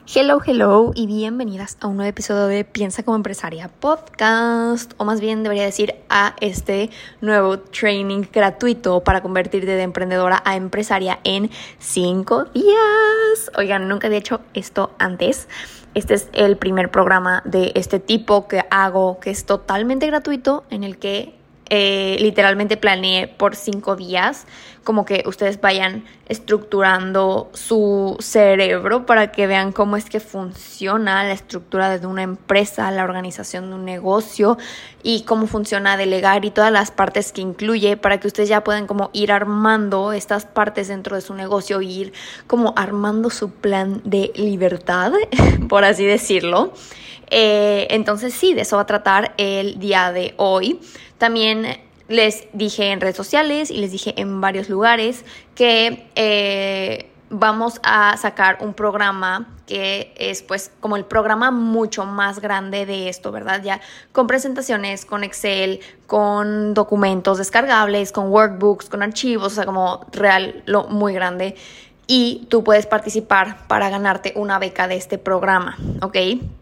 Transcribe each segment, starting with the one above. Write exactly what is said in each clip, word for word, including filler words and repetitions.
Hello, hello y bienvenidas a un nuevo episodio de Piensa como Empresaria Podcast, o más bien debería decir a este nuevo training gratuito para convertirte de emprendedora a empresaria en cinco días. Oigan, nunca había hecho esto antes. Este es el primer programa de este tipo que hago, que es totalmente gratuito, en el que Eh, literalmente planeé por cinco días como que ustedes vayan estructurando su cerebro para que vean cómo es que funciona la estructura de una empresa, la organización de un negocio y cómo funciona delegar y todas las partes que incluye, para que ustedes ya puedan como ir armando estas partes dentro de su negocio y ir como armando su plan de libertad, por así decirlo. Eh, entonces sí, de eso va a tratar el día de hoy. También les dije en redes sociales y les dije en varios lugares que eh, vamos a sacar un programa que es pues como el programa mucho más grande de esto, ¿verdad? Ya con presentaciones, con Excel, con documentos descargables, con workbooks, con archivos, o sea, como real, lo muy grande. Y tú puedes participar para ganarte una beca de este programa, ¿ok?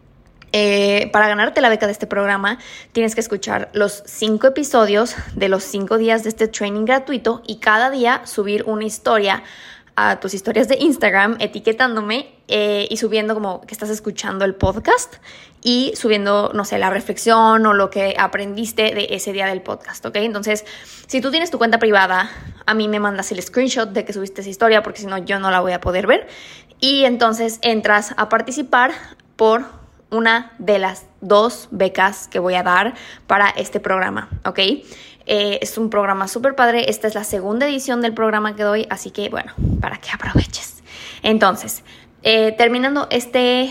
Eh, para ganarte la beca de este programa tienes que escuchar los cinco episodios de los cinco días de este training gratuito y cada día subir una historia a tus historias de Instagram etiquetándome eh, y subiendo como que estás escuchando el podcast y subiendo, no sé, la reflexión o lo que aprendiste de ese día del podcast, ¿ok? Entonces, si tú tienes tu cuenta privada, a mí me mandas el screenshot de que subiste esa historia, porque si no yo no la voy a poder ver, y entonces entras a participar por una de las dos becas que voy a dar para este programa, ¿ok? Eh, es un programa súper padre. Esta es la segunda edición del programa que doy, así que, bueno, para que aproveches. Entonces, eh, terminando este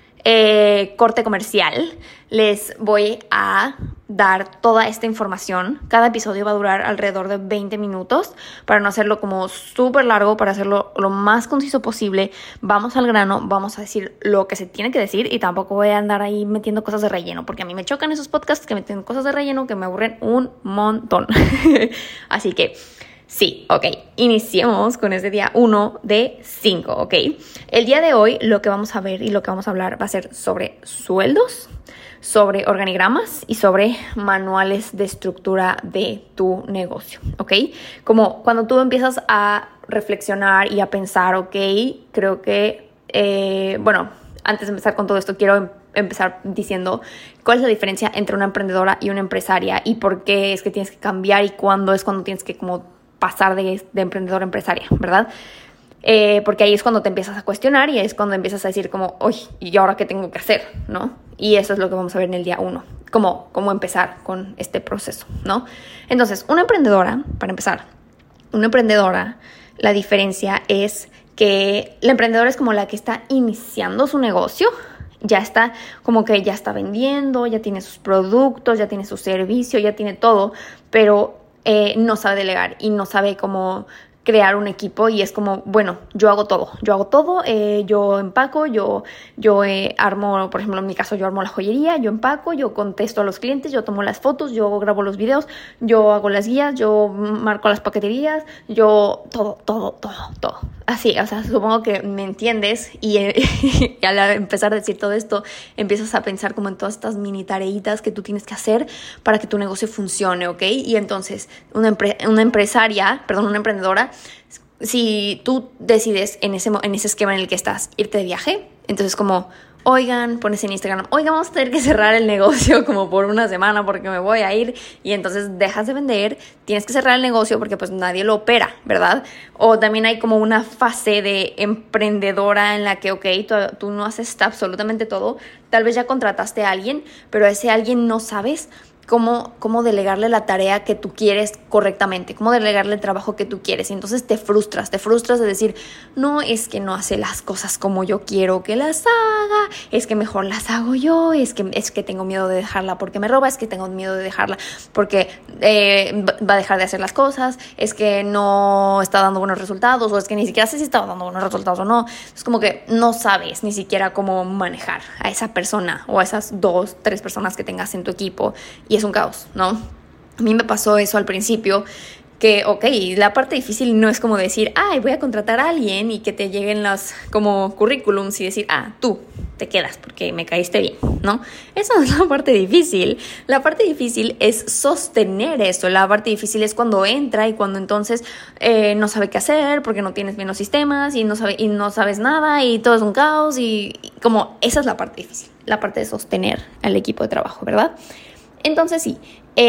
eh, corte comercial, les voy a dar toda esta información. Cada episodio va a durar alrededor de veinte minutos para no hacerlo como súper largo, para hacerlo lo más conciso posible. Vamos al grano, vamos a decir lo que se tiene que decir y tampoco voy a andar ahí metiendo cosas de relleno, porque a mí me chocan esos podcasts que meten cosas de relleno que me aburren un montón. Así que sí, ok, iniciemos con este día uno de cinco, ok. El día de hoy lo que vamos a ver y lo que vamos a hablar va a ser sobre sueldos, sobre organigramas y sobre manuales de estructura de tu negocio, ¿ok? Como cuando tú empiezas a reflexionar y a pensar, ok, creo que, eh, bueno, antes de empezar con todo esto, quiero em- empezar diciendo cuál es la diferencia entre una emprendedora y una empresaria y por qué es que tienes que cambiar y cuándo es cuando tienes que como pasar de, de emprendedora a empresaria, ¿verdad? Eh, porque ahí es cuando te empiezas a cuestionar y es cuando empiezas a decir como, oye, ¿y ahora qué tengo que hacer? ¿No? Y eso es lo que vamos a ver en el día uno, cómo, cómo empezar con este proceso, ¿no? Entonces, una emprendedora, para empezar, una emprendedora, la diferencia es que la emprendedora es como la que está iniciando su negocio, ya está como que ya está vendiendo, ya tiene sus productos, ya tiene su servicio, ya tiene todo, pero eh, no sabe delegar y no sabe cómo crear un equipo y es como, bueno, yo hago todo, yo hago todo, eh, yo empaco, yo, yo eh, armo, por ejemplo, en mi caso yo armo la joyería, yo empaco, yo contesto a los clientes, yo tomo las fotos, yo grabo los videos, yo hago las guías, yo marco las paqueterías, yo todo, todo, todo, todo. Así, o sea, supongo que me entiendes y, eh, y al empezar a decir todo esto, empiezas a pensar como en todas estas mini tareitas que tú tienes que hacer para que tu negocio funcione, ¿ok? Y entonces, una, empre- una empresaria, perdón, una emprendedora, si tú decides en ese, en ese esquema en el que estás irte de viaje, entonces como, oigan, pones en Instagram, oigan, vamos a tener que cerrar el negocio como por una semana porque me voy a ir, y entonces dejas de vender, tienes que cerrar el negocio porque pues nadie lo opera, ¿verdad? O también hay como una fase de emprendedora en la que, ok, tú, tú no haces absolutamente todo, tal vez ya contrataste a alguien, pero a ese alguien no sabes Cómo, cómo delegarle la tarea que tú quieres correctamente, cómo delegarle el trabajo que tú quieres. Y entonces te frustras, te frustras de decir, no, es que no hace las cosas como yo quiero que las haga, es que mejor las hago yo, es que, es que tengo miedo de dejarla porque me roba, es que tengo miedo de dejarla porque eh, va a dejar de hacer las cosas, es que no está dando buenos resultados, o es que ni siquiera sé si está dando buenos resultados o no. Es como que no sabes ni siquiera cómo manejar a esa persona o a esas dos, tres personas que tengas en tu equipo. Y es un caos, ¿no? A mí me pasó eso al principio Que, ok, la parte difícil no es como decir, ay, voy a contratar a alguien y que te lleguen los como currículums y decir, ah, tú te quedas porque me caíste bien, ¿no? Esa no es la parte difícil. La parte difícil es sostener eso. La parte difícil es cuando entra y cuando entonces eh, no sabe qué hacer porque no tienes bien los sistemas y no, sabe, y no sabes nada y todo es un caos y, y como esa es la parte difícil, la parte de sostener al equipo de trabajo, ¿verdad? Entonces sí,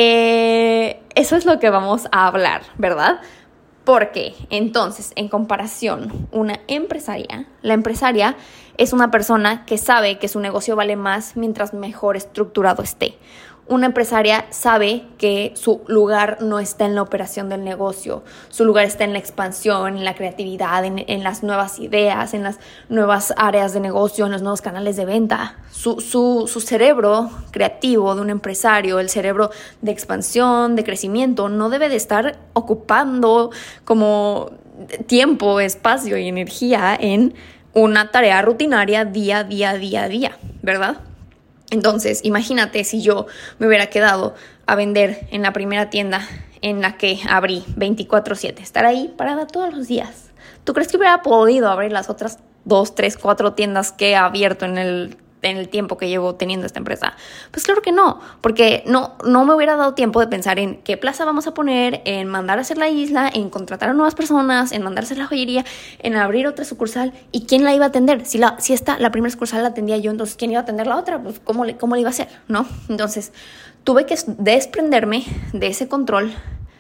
eh, eso es lo que vamos a hablar, ¿verdad? Porque entonces, en comparación, una empresaria, la empresaria es una persona que sabe que su negocio vale más mientras mejor estructurado esté. Una empresaria sabe que su lugar no está en la operación del negocio, su lugar está en la expansión, en la creatividad, en, en las nuevas ideas, en las nuevas áreas de negocio, en los nuevos canales de venta. Su, su, su cerebro creativo de un empresario, el cerebro de expansión, de crecimiento, no debe de estar ocupando como tiempo, espacio y energía en una tarea rutinaria día, día, día, día, ¿verdad? Entonces, imagínate si yo me hubiera quedado a vender en la primera tienda en la que abrí veinticuatro siete, estar ahí parada todos los días. ¿Tú crees que hubiera podido abrir las otras dos, tres, cuatro tiendas que he abierto en el, en el tiempo que llevo teniendo esta empresa? Pues claro que no, porque no, no me hubiera dado tiempo de pensar en qué plaza vamos a poner, en mandar a hacer la isla, en contratar a nuevas personas, en mandar a hacer la joyería, en abrir otra sucursal. ¿Y quién la iba a atender? Si, la, si esta, la primera sucursal la atendía yo, entonces ¿quién iba a atender la otra? Pues ¿cómo le, cómo le iba a hacer? ¿No? Entonces tuve que desprenderme de ese control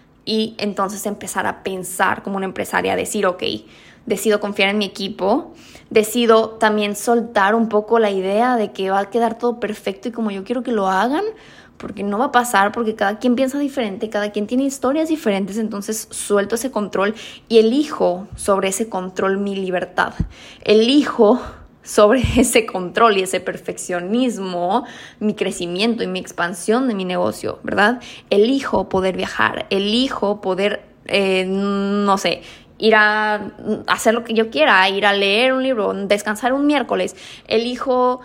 y entonces empezar a pensar como una empresaria, a decir, ok, decido confiar en mi equipo, decido también soltar un poco la idea de que va a quedar todo perfecto y como yo quiero que lo hagan, porque no va a pasar, porque cada quien piensa diferente, cada quien tiene historias diferentes, entonces suelto ese control y elijo sobre ese control mi libertad, elijo sobre ese control y ese perfeccionismo, mi crecimiento y mi expansión de mi negocio, ¿verdad? Elijo poder viajar, elijo poder, eh, no sé, ir a hacer lo que yo quiera, ir a leer un libro, descansar un miércoles. Elijo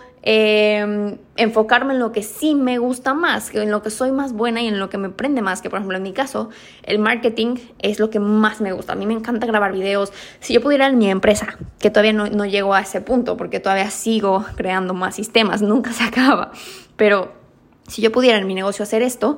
eh, enfocarme en lo que sí me gusta más, en lo que soy más buena y en lo que me prende más, que por ejemplo en mi caso, el marketing es lo que más me gusta. A mí me encanta grabar videos. Si yo pudiera en mi empresa, que todavía no, no llego a ese punto, porque todavía sigo creando más sistemas, nunca se acaba, pero si yo pudiera en mi negocio hacer esto,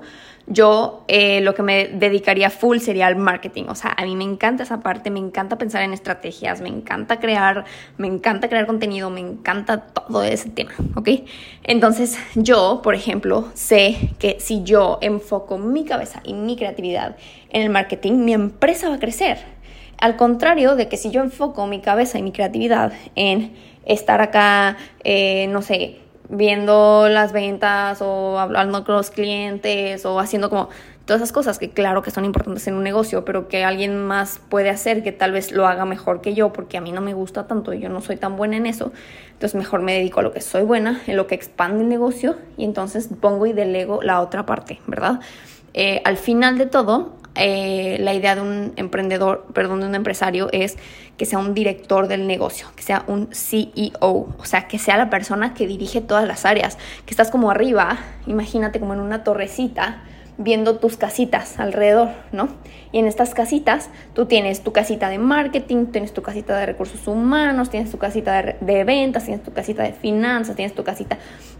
yo eh, lo que me dedicaría full sería al marketing. O sea, a mí me encanta esa parte, me encanta pensar en estrategias, me encanta crear, me encanta crear contenido, me encanta todo ese tema, ¿ok? Entonces yo, por ejemplo, sé que si yo enfoco mi cabeza y mi creatividad en el marketing, mi empresa va a crecer. Al contrario de que si yo enfoco mi cabeza y mi creatividad en estar acá, eh, no sé, viendo las ventas o hablando con los clientes o haciendo como todas esas cosas que claro que son importantes en un negocio, pero que alguien más puede hacer que tal vez lo haga mejor que yo porque a mí no me gusta tanto y yo no soy tan buena en eso. Entonces mejor me dedico a lo que soy buena, en lo que expande el negocio y entonces pongo y delego la otra parte, ¿verdad? Eh, al final de todo, eh, la idea de un emprendedor, perdón, de un empresario es que sea un director del negocio, que sea un C E O, o sea, que sea la persona que dirige todas las áreas, que estás como arriba, imagínate como en una torrecita, viendo tus casitas alrededor, ¿no? Y en estas casitas tú tienes tu casita de marketing, tienes tu casita de recursos humanos, tienes tu casita de, de ventas, tienes tu casita de finanzas, tienes tu casita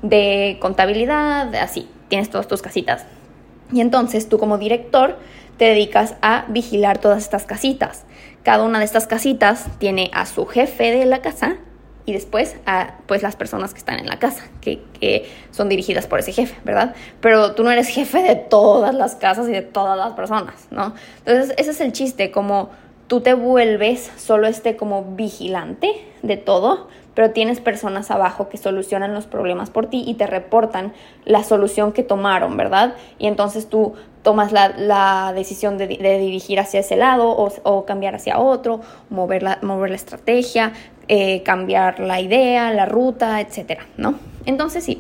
de contabilidad, así, tienes todas tus casitas. Y entonces tú como director te dedicas a vigilar todas estas casitas. Cada una de estas casitas tiene a su jefe de la casa y después a pues las personas que están en la casa, que, que son dirigidas por ese jefe, ¿verdad? Pero tú no eres jefe de todas las casas y de todas las personas, ¿no? Entonces ese es el chiste, como tú te vuelves solo este como vigilante de todo, pero tienes personas abajo que solucionan los problemas por ti y te reportan la solución que tomaron, ¿verdad? Y entonces tú tomas la, la decisión de, de dirigir hacia ese lado o, o cambiar hacia otro, mover la, mover la estrategia, eh, cambiar la idea, la ruta, etcétera, ¿no? Entonces sí,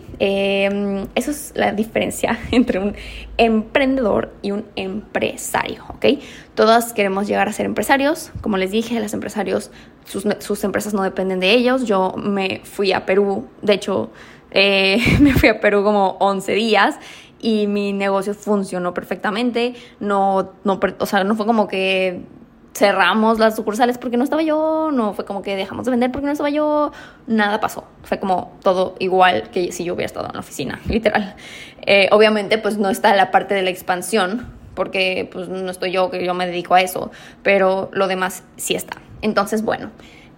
eh, eso es la diferencia entre un emprendedor y un empresario, ¿ok? Todos queremos llegar a ser empresarios. Como les dije, los empresarios, sus, sus empresas no dependen de ellos. Yo me fui a Perú, de hecho, eh, me fui a Perú como once días y mi negocio funcionó perfectamente. No, no, o sea, no fue como que cerramos las sucursales porque no estaba yo, no fue como que dejamos de vender porque no estaba yo, nada pasó, fue como todo igual que si yo hubiera estado en la oficina, literal. Eh, obviamente pues no está la parte de la expansión porque pues no estoy yo, que yo me dedico a eso, pero lo demás sí está. Entonces bueno,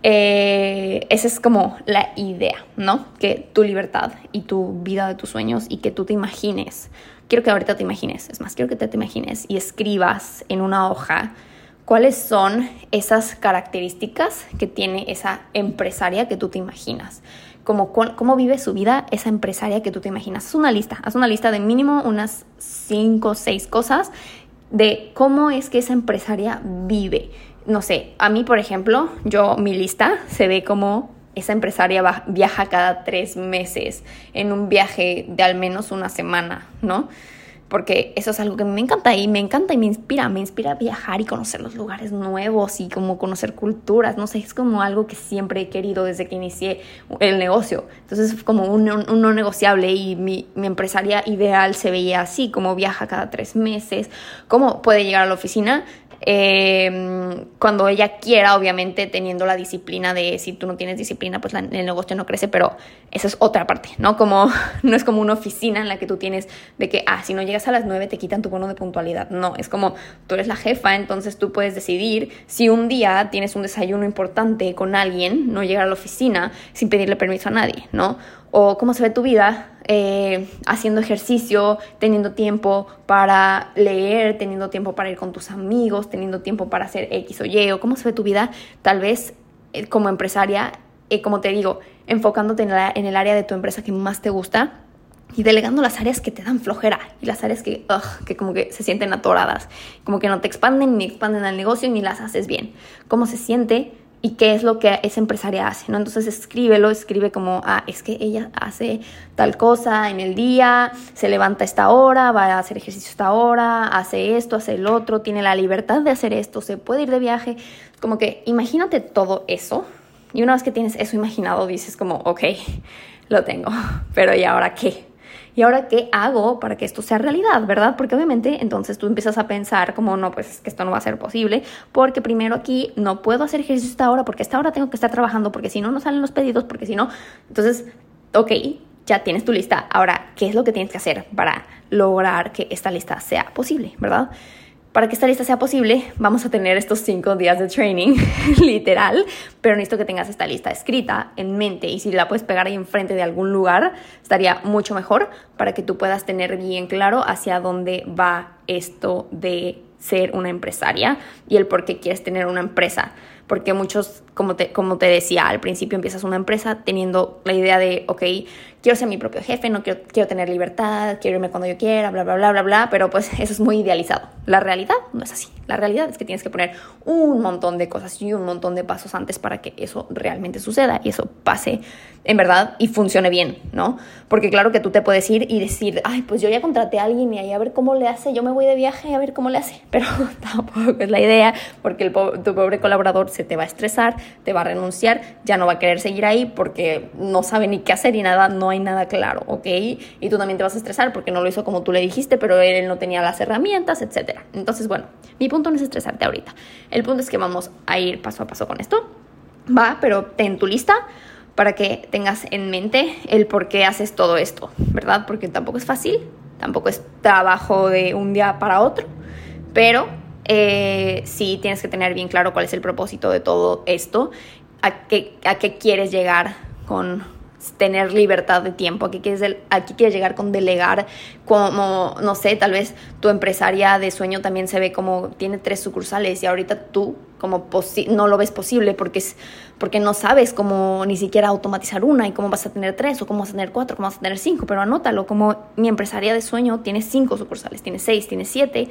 eh, esa es como la idea, ¿no? Que tu libertad y tu vida de tus sueños y que tú te imagines, quiero que ahorita te imagines, es más, quiero que te, te imagines y escribas en una hoja ¿cuáles son esas características que tiene esa empresaria que tú te imaginas? Como, ¿Cómo vive su vida esa empresaria que tú te imaginas? Haz una lista, haz una lista de mínimo unas cinco o seis cosas de cómo es que esa empresaria vive. No sé, a mí, por ejemplo, yo, mi lista se ve como esa empresaria va, viaja cada tres meses en un viaje de al menos una semana, ¿no? Porque eso es algo que me encanta y me encanta y me inspira, me inspira a viajar y conocer los lugares nuevos y como conocer culturas, no sé, es como algo que siempre he querido desde que inicié el negocio. Entonces es como un, un, un no negociable y mi, mi empresaria ideal se veía así, como viaja cada tres meses, cómo puede llegar a la oficina eh, cuando ella quiera, obviamente teniendo la disciplina de si tú no tienes disciplina pues la, el negocio no crece, pero esa es otra parte, ¿no? Como no es como una oficina en la que tú tienes de que, ah, si no llegas a las nueve te quitan tu bono de puntualidad. No, es como tú eres la jefa, entonces tú puedes decidir si un día tienes un desayuno importante con alguien, no llegar a la oficina sin pedirle permiso a nadie, ¿no? O cómo se ve tu vida eh, haciendo ejercicio, teniendo tiempo para leer, teniendo tiempo para ir con tus amigos, teniendo tiempo para hacer X o Y, o cómo se ve tu vida tal vez eh, como empresaria, eh, como te digo, enfocándote en, la, en el área de tu empresa que más te gusta y delegando las áreas que te dan flojera y las áreas que, ugh, que como que se sienten atoradas, como que no te expanden ni expanden al negocio ni las haces bien. ¿Cómo se siente? Y qué es lo que esa empresaria hace, ¿no? Entonces escríbelo, escribe como, ah, es que ella hace tal cosa en el día, se levanta a esta hora, va a hacer ejercicio a esta hora, hace esto, hace el otro, tiene la libertad de hacer esto, se puede ir de viaje. Como que imagínate todo eso y una vez que tienes eso imaginado dices como, ok, lo tengo, pero ¿y ahora qué? ¿Y ahora qué hago para que esto sea realidad, verdad? Porque obviamente entonces tú empiezas a pensar como, no, pues es que esto no va a ser posible porque primero aquí no puedo hacer ejercicio a esta hora porque a esta hora tengo que estar trabajando porque si no, no salen los pedidos, porque si no... Entonces, ok, ya tienes tu lista. Ahora, ¿qué es lo que tienes que hacer para lograr que esta lista sea posible, verdad? Para que esta lista sea posible, vamos a tener estos cinco días de training, literal, pero necesito que tengas esta lista escrita en mente y si la puedes pegar ahí enfrente de algún lugar, estaría mucho mejor para que tú puedas tener bien claro hacia dónde va esto de ser una empresaria y el por qué quieres tener una empresa. Porque muchos, como te, como te decía, al principio empiezas una empresa teniendo la idea de, ok, quiero ser mi propio jefe, no quiero, quiero tener libertad, quiero irme cuando yo quiera, bla, bla, bla, bla, bla, pero pues eso es muy idealizado. La realidad no es así. La realidad es que tienes que poner un montón de cosas y un montón de pasos antes para que eso realmente suceda y eso pase en verdad y funcione bien, ¿no? Porque claro que tú te puedes ir y decir, ay, pues yo ya contraté a alguien y ahí a ver cómo le hace, yo me voy de viaje a ver cómo le hace, pero tampoco es la idea porque el po- tu pobre colaborador se te va a estresar, te va a renunciar, ya no va a querer seguir ahí porque no sabe ni qué hacer y nada, no hay nada claro, ¿ok? Y tú también te vas a estresar porque no lo hizo como tú le dijiste, pero él no tenía las herramientas, etcétera. Entonces, bueno, mi punto no es estresarte ahorita. El punto es que vamos a ir paso a paso con esto. Va, pero ten tu lista para que tengas en mente el por qué haces todo esto, ¿verdad? Porque tampoco es fácil, tampoco es trabajo de un día para otro, pero eh, sí tienes que tener bien claro cuál es el propósito de todo esto, a qué, a qué quieres llegar con tener libertad de tiempo, a qué quieres, del, a qué quieres llegar con delegar, como, no sé, tal vez tu empresaria de sueño también se ve como tiene tres sucursales y ahorita tú como posi- no lo ves posible porque, es, porque no sabes cómo ni siquiera automatizar una y cómo vas a tener tres o cómo vas a tener cuatro, cómo vas a tener cinco, pero anótalo, como mi empresaria de sueño tiene cinco sucursales, tiene seis, tiene siete.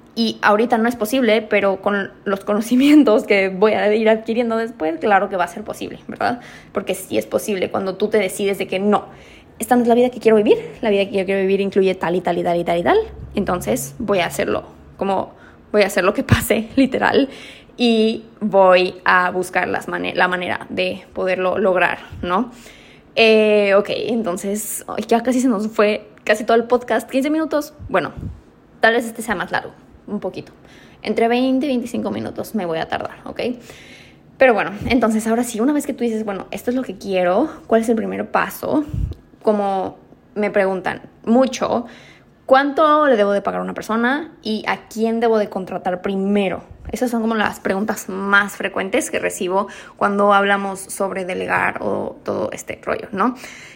Y ahorita no es posible, pero con los conocimientos que voy a ir adquiriendo después, claro que va a ser posible, ¿verdad? Porque sí es posible cuando tú te decides de que no, esta no es la vida que quiero vivir, la vida que yo quiero vivir incluye tal y tal y tal y tal y tal, entonces voy a hacerlo, como voy a hacer lo que pase, literal, y voy a buscar las man- la manera de poderlo lograr, ¿no? Eh, ok, entonces ya casi se nos fue casi todo el podcast, quince minutos, bueno, tal vez este sea más largo, un poquito. Entre veinte y veinticinco minutos me voy a tardar, ¿ok? Pero bueno, entonces ahora sí, una vez que tú dices, bueno, esto es lo que quiero, ¿cuál es el primer paso? Como me preguntan mucho, ¿cuánto le debo de pagar a una persona y a quién debo de contratar primero? Esas son como las preguntas más frecuentes que recibo cuando hablamos sobre delegar o todo este rollo, ¿no?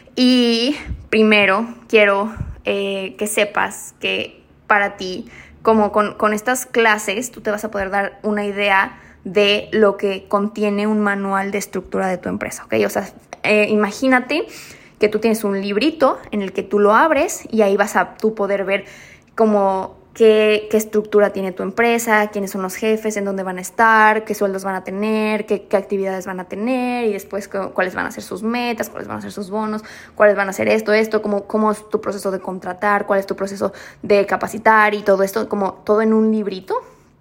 Y primero quiero eh, que sepas que para ti, como con, con estas clases, tú te vas a poder dar una idea de lo que contiene un manual de estructura de tu empresa, ¿ok? O sea, eh, imagínate que tú tienes un librito en el que tú lo abres y ahí vas a tú poder ver como qué, qué estructura tiene tu empresa, quiénes son los jefes, en dónde van a estar, qué sueldos van a tener, qué, qué actividades van a tener y después cuáles van a ser sus metas, cuáles van a ser sus bonos, cuáles van a ser esto, esto, cómo, cómo es tu proceso de contratar, cuál es tu proceso de capacitar y todo esto, como todo en un librito.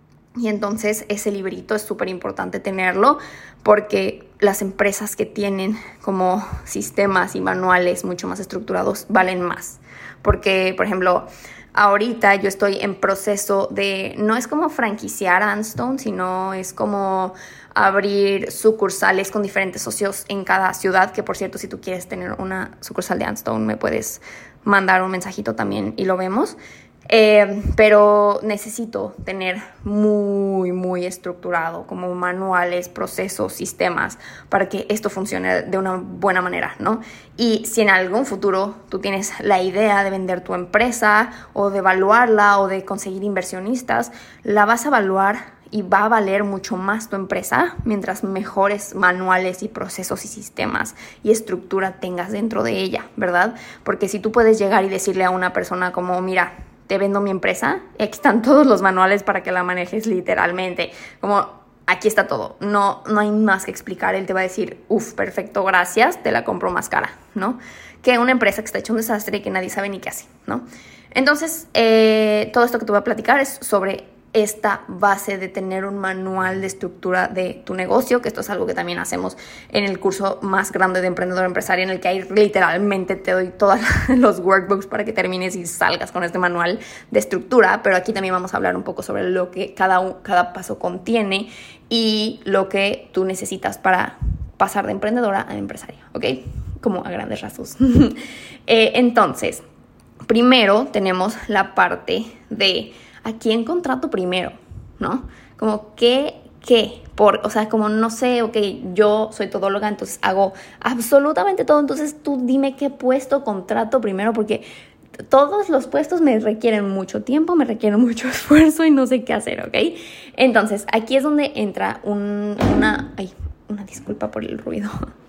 Y entonces ese librito es súper importante tenerlo porque las empresas que tienen como sistemas y manuales mucho más estructurados valen más. Porque, por ejemplo, ahorita yo estoy en proceso de, no es como franquiciar a Andstone, sino es como abrir sucursales con diferentes socios en cada ciudad, que por cierto, si tú quieres tener una sucursal de Andstone, me puedes mandar un mensajito también y lo vemos. Eh, pero necesito tener muy, muy estructurado como manuales, procesos, sistemas para que esto funcione de una buena manera, ¿no? Y si en algún futuro tú tienes la idea de vender tu empresa o de evaluarla o de conseguir inversionistas, la vas a evaluar y va a valer mucho más tu empresa mientras mejores manuales y procesos y sistemas y estructura tengas dentro de ella, ¿verdad? Porque si tú puedes llegar y decirle a una persona como, mira, te vendo mi empresa, aquí están todos los manuales para que la manejes literalmente, como aquí está todo, no, no hay más que explicar, él te va a decir, uff, perfecto, gracias, te la compro más cara, ¿no? Que una empresa que está hecha un desastre y que nadie sabe ni qué hace, ¿no? Entonces, eh, todo esto que te voy a platicar es sobre esta base de tener un manual de estructura de tu negocio, que esto es algo que también hacemos en el curso más grande de Emprendedor Empresario, en el que ahí literalmente te doy todos los workbooks para que termines y salgas con este manual de estructura, pero aquí también vamos a hablar un poco sobre lo que cada, cada paso contiene y lo que tú necesitas para pasar de emprendedora a empresaria, ¿ok? Como a grandes rasgos. eh, entonces, primero tenemos la parte de ¿a quién contrato primero? ¿No? Como qué, qué, por, o sea, como no sé, ok, yo soy todóloga, entonces hago absolutamente todo, entonces tú dime qué puesto contrato primero, porque todos los puestos me requieren mucho tiempo, me requieren mucho esfuerzo y no sé qué hacer, ¿ok? Entonces, aquí es donde entra un, una, ay, una disculpa por el ruido.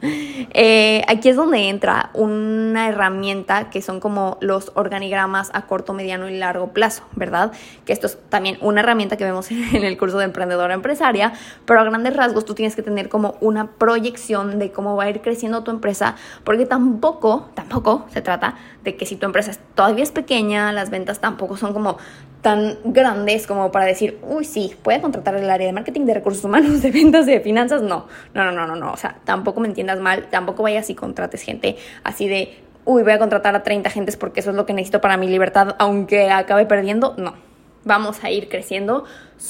Eh, aquí es donde entra una herramienta que son como los organigramas a corto, mediano y largo plazo, ¿verdad? Que esto es también una herramienta que vemos en el curso de Emprendedora Empresaria, pero a grandes rasgos tú tienes que tener como una proyección de cómo va a ir creciendo tu empresa, porque tampoco, tampoco se trata de que si tu empresa todavía es pequeña, las ventas tampoco son como tan grandes como para decir, uy, sí, puede contratar el área de marketing, de recursos humanos, de ventas, de finanzas. No, no, no, no, no, no. O sea, tampoco me entiendas mal, tampoco vayas y contrates gente así de, uy, voy a contratar a treinta gentes porque eso es lo que necesito para mi libertad, aunque acabe perdiendo. No, vamos a ir creciendo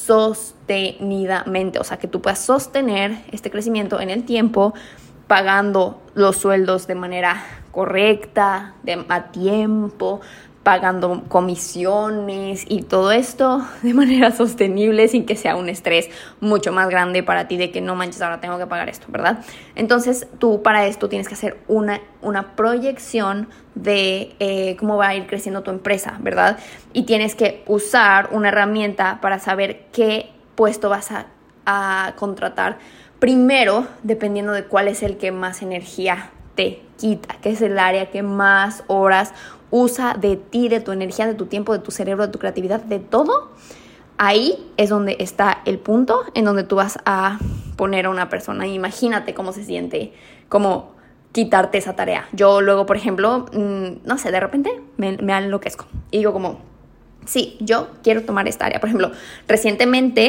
sostenidamente, o sea, que tú puedas sostener este crecimiento en el tiempo, pagando los sueldos de manera correcta, de, a tiempo, pagando comisiones y todo esto de manera sostenible sin que sea un estrés mucho más grande para ti de que no manches, ahora tengo que pagar esto, ¿verdad? Entonces tú para esto tienes que hacer una, una proyección de eh, cómo va a ir creciendo tu empresa, ¿verdad? Y tienes que usar una herramienta para saber qué puesto vas a, a contratar primero, dependiendo de cuál es el que más energía te quita, que es el área que más horas usa de ti, de tu energía, de tu tiempo, de tu cerebro, de tu creatividad, de todo. Ahí es donde está el punto en donde tú vas a poner a una persona. Imagínate cómo se siente, como quitarte esa tarea. Yo luego, por ejemplo, mmm, no sé, de repente me, me enloquezco y digo como, sí, yo quiero tomar esta área. Por ejemplo, recientemente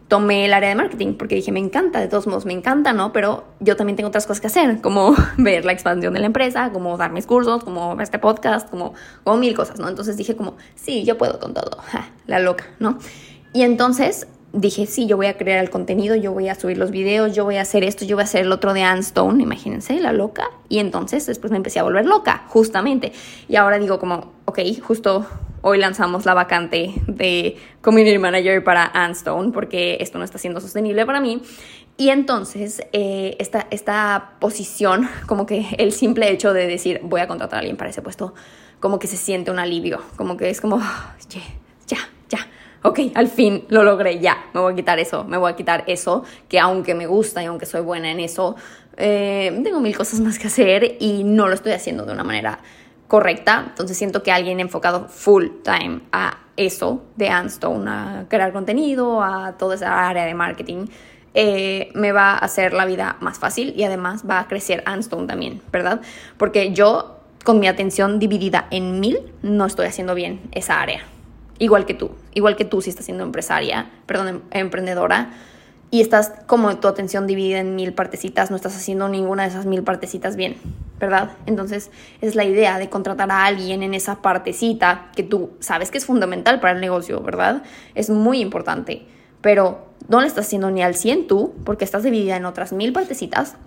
tomé el área de marketing porque dije, me encanta, de todos modos, me encanta, ¿no? Pero yo también tengo otras cosas que hacer, como ver la expansión de la empresa, como dar mis cursos, como este podcast, como, como mil cosas, ¿no? Entonces dije como, sí, yo puedo con todo, ja, la loca, ¿no? Y entonces dije, sí, yo voy a crear el contenido, yo voy a subir los videos, yo voy a hacer esto, yo voy a hacer el otro de Anne Stone, imagínense, la loca. Y entonces después me empecé a volver loca, justamente. Y ahora digo como, ok, justo hoy lanzamos la vacante de Community Manager para Anne Stone porque esto no está siendo sostenible para mí. Y entonces eh, esta, esta posición, como que el simple hecho de decir voy a contratar a alguien para ese puesto, como que se siente un alivio, como que es como, oh, yeah, ya, ya. Ok, al fin lo logré, ya, me voy a quitar eso, me voy a quitar eso, que aunque me gusta y aunque soy buena en eso, eh, tengo mil cosas más que hacer y no lo estoy haciendo de una manera correcta. Entonces siento que alguien enfocado full time a eso de Anne Stone, a crear contenido, a toda esa área de marketing, eh, me va a hacer la vida más fácil y además va a crecer Anne Stone también, ¿verdad? Porque yo, con mi atención dividida en mil, no estoy haciendo bien esa área. Igual que tú, igual que tú si estás siendo empresaria, perdón, em- emprendedora, y estás como tu atención dividida en mil partecitas, no estás haciendo ninguna de esas mil partecitas bien, ¿verdad? Entonces, es la idea de contratar a alguien en esa partecita que tú sabes que es fundamental para el negocio, ¿verdad? Es muy importante, pero no le estás haciendo ni al cien tú, porque estás dividida en otras mil partecitas,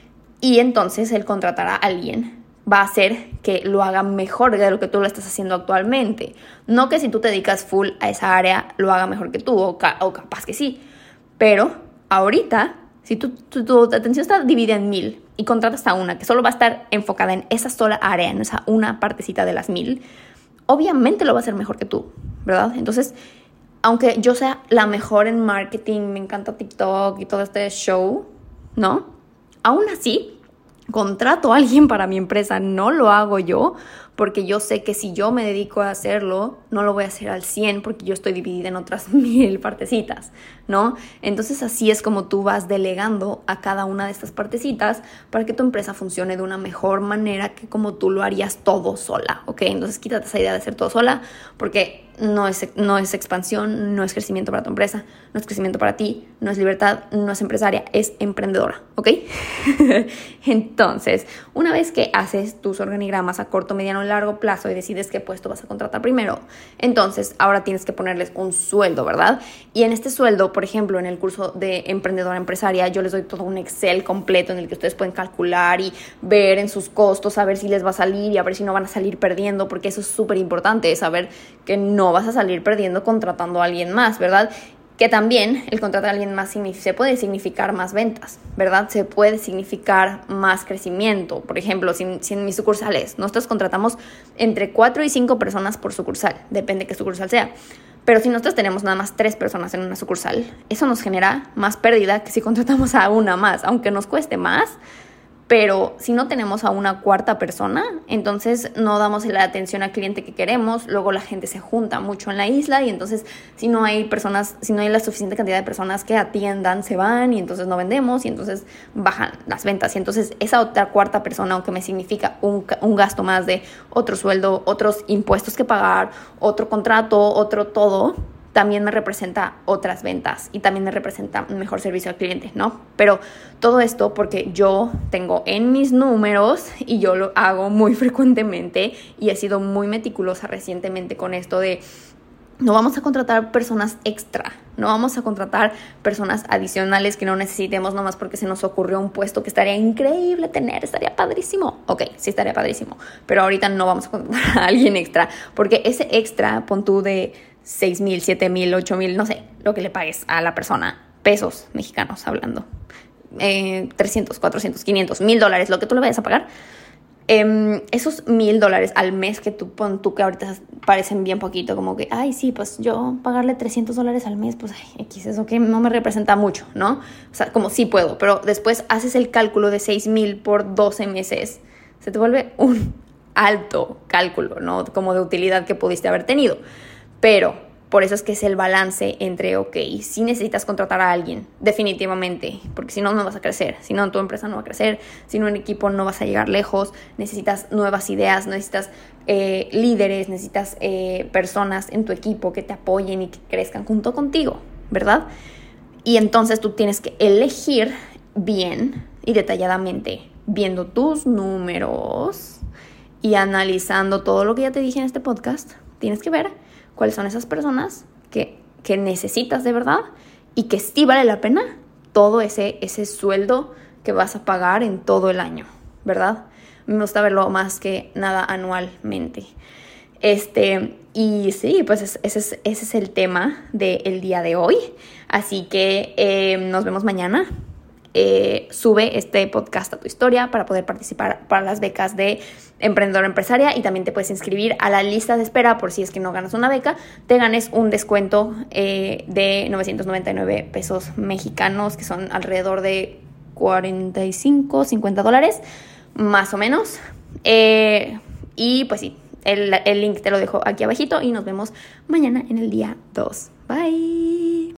y entonces el contratar a alguien va a hacer que lo haga mejor de lo que tú lo estás haciendo actualmente. No que si tú te dedicas full a esa área lo haga mejor que tú, o, ca- o capaz que sí. Pero ahorita, si tu, tu, tu atención está dividida en mil y contratas a una que solo va a estar enfocada en esa sola área, en esa una partecita de las mil, obviamente lo va a hacer mejor que tú, ¿verdad? Entonces, aunque yo sea la mejor en marketing, me encanta TikTok y todo este show, ¿no? Aún así, contrato a alguien para mi empresa, no lo hago yo, porque yo sé que si yo me dedico a hacerlo, no lo voy a hacer al cien porque yo estoy dividida en otras mil partecitas, ¿no? Entonces así es como tú vas delegando a cada una de estas partecitas para que tu empresa funcione de una mejor manera que como tú lo harías todo sola, ¿ok? Entonces quítate esa idea de hacer todo sola porque no es, no es expansión, no es crecimiento para tu empresa, no es crecimiento para ti, no es libertad, no es empresaria, es emprendedora, ¿ok? Entonces, una vez que haces tus organigramas a corto, mediano y largo plazo y decides qué puesto vas a contratar primero, entonces ahora tienes que ponerles un sueldo, ¿verdad? Y en este sueldo, por ejemplo, en el curso de emprendedora empresaria, yo les doy todo un Excel completo en el que ustedes pueden calcular y ver en sus costos, a ver si les va a salir y a ver si no van a salir perdiendo, porque eso es súper importante, saber que no vas a salir perdiendo contratando a alguien más, ¿verdad? Que también el contratar a alguien más se puede significar más ventas, ¿verdad? Se puede significar más crecimiento. Por ejemplo, si, si en mis sucursales nosotros contratamos entre cuatro y cinco personas por sucursal, depende de qué sucursal sea. Pero si nosotros tenemos nada más tres personas en una sucursal, eso nos genera más pérdida que si contratamos a una más, aunque nos cueste más. Pero si no tenemos a una cuarta persona, entonces no damos la atención al cliente que queremos, luego la gente se junta mucho en la isla y entonces si no hay personas, si no hay la suficiente cantidad de personas que atiendan, se van y entonces no vendemos y entonces bajan las ventas. Y entonces esa otra cuarta persona, aunque me significa un, un gasto más de otro sueldo, otros impuestos que pagar, otro contrato, otro todo, también me representa otras ventas y también me representa un mejor servicio al cliente, ¿no? Pero todo esto porque yo tengo en mis números y yo lo hago muy frecuentemente y he sido muy meticulosa recientemente con esto de no vamos a contratar personas extra, no vamos a contratar personas adicionales que no necesitemos nomás porque se nos ocurrió un puesto que estaría increíble tener, estaría padrísimo. Ok, sí estaría padrísimo, pero ahorita no vamos a contratar a alguien extra porque ese extra, pon tú de seis mil, siete mil, ocho mil, no sé, lo que le pagues a la persona, pesos mexicanos hablando, eh, trescientos, cuatrocientos, quinientos, mil dólares, lo que tú le vayas a pagar, eh, esos mil dólares al mes que tú pon tú que ahorita parecen bien poquito, como que, ay, sí, pues yo pagarle trescientos dólares al mes, pues, ay, X, eso que no me representa mucho, ¿no? O sea, como sí puedo, pero después haces el cálculo de seis mil por doce meses, se te vuelve un alto cálculo, ¿no? Como de utilidad que pudiste haber tenido. Pero por eso es que es el balance entre, ok, si necesitas contratar a alguien, definitivamente, porque si no, no vas a crecer, si no, tu empresa no va a crecer, si no, en equipo no vas a llegar lejos, necesitas nuevas ideas, necesitas eh, líderes, necesitas eh, personas en tu equipo que te apoyen y que crezcan junto contigo, ¿verdad? Y entonces tú tienes que elegir bien y detalladamente, viendo tus números y analizando todo lo que ya te dije en este podcast. Tienes que ver cuáles son esas personas que, que necesitas de verdad y que sí vale la pena todo ese, ese sueldo que vas a pagar en todo el año, ¿verdad? Me gusta verlo más que nada anualmente. Este, y sí, pues ese es, ese es el tema del día de hoy. Así que eh, nos vemos mañana. Eh, sube este podcast a tu historia para poder participar para las becas de Emprendedora Empresaria, y también te puedes inscribir a la lista de espera por si es que no ganas una beca, te ganes un descuento eh, de novecientos noventa y nueve pesos mexicanos, que son alrededor de cuarenta y cinco, cincuenta dólares, más o menos. Eh, y pues sí, el, el link te lo dejo aquí abajito y nos vemos mañana en el día dos. Bye.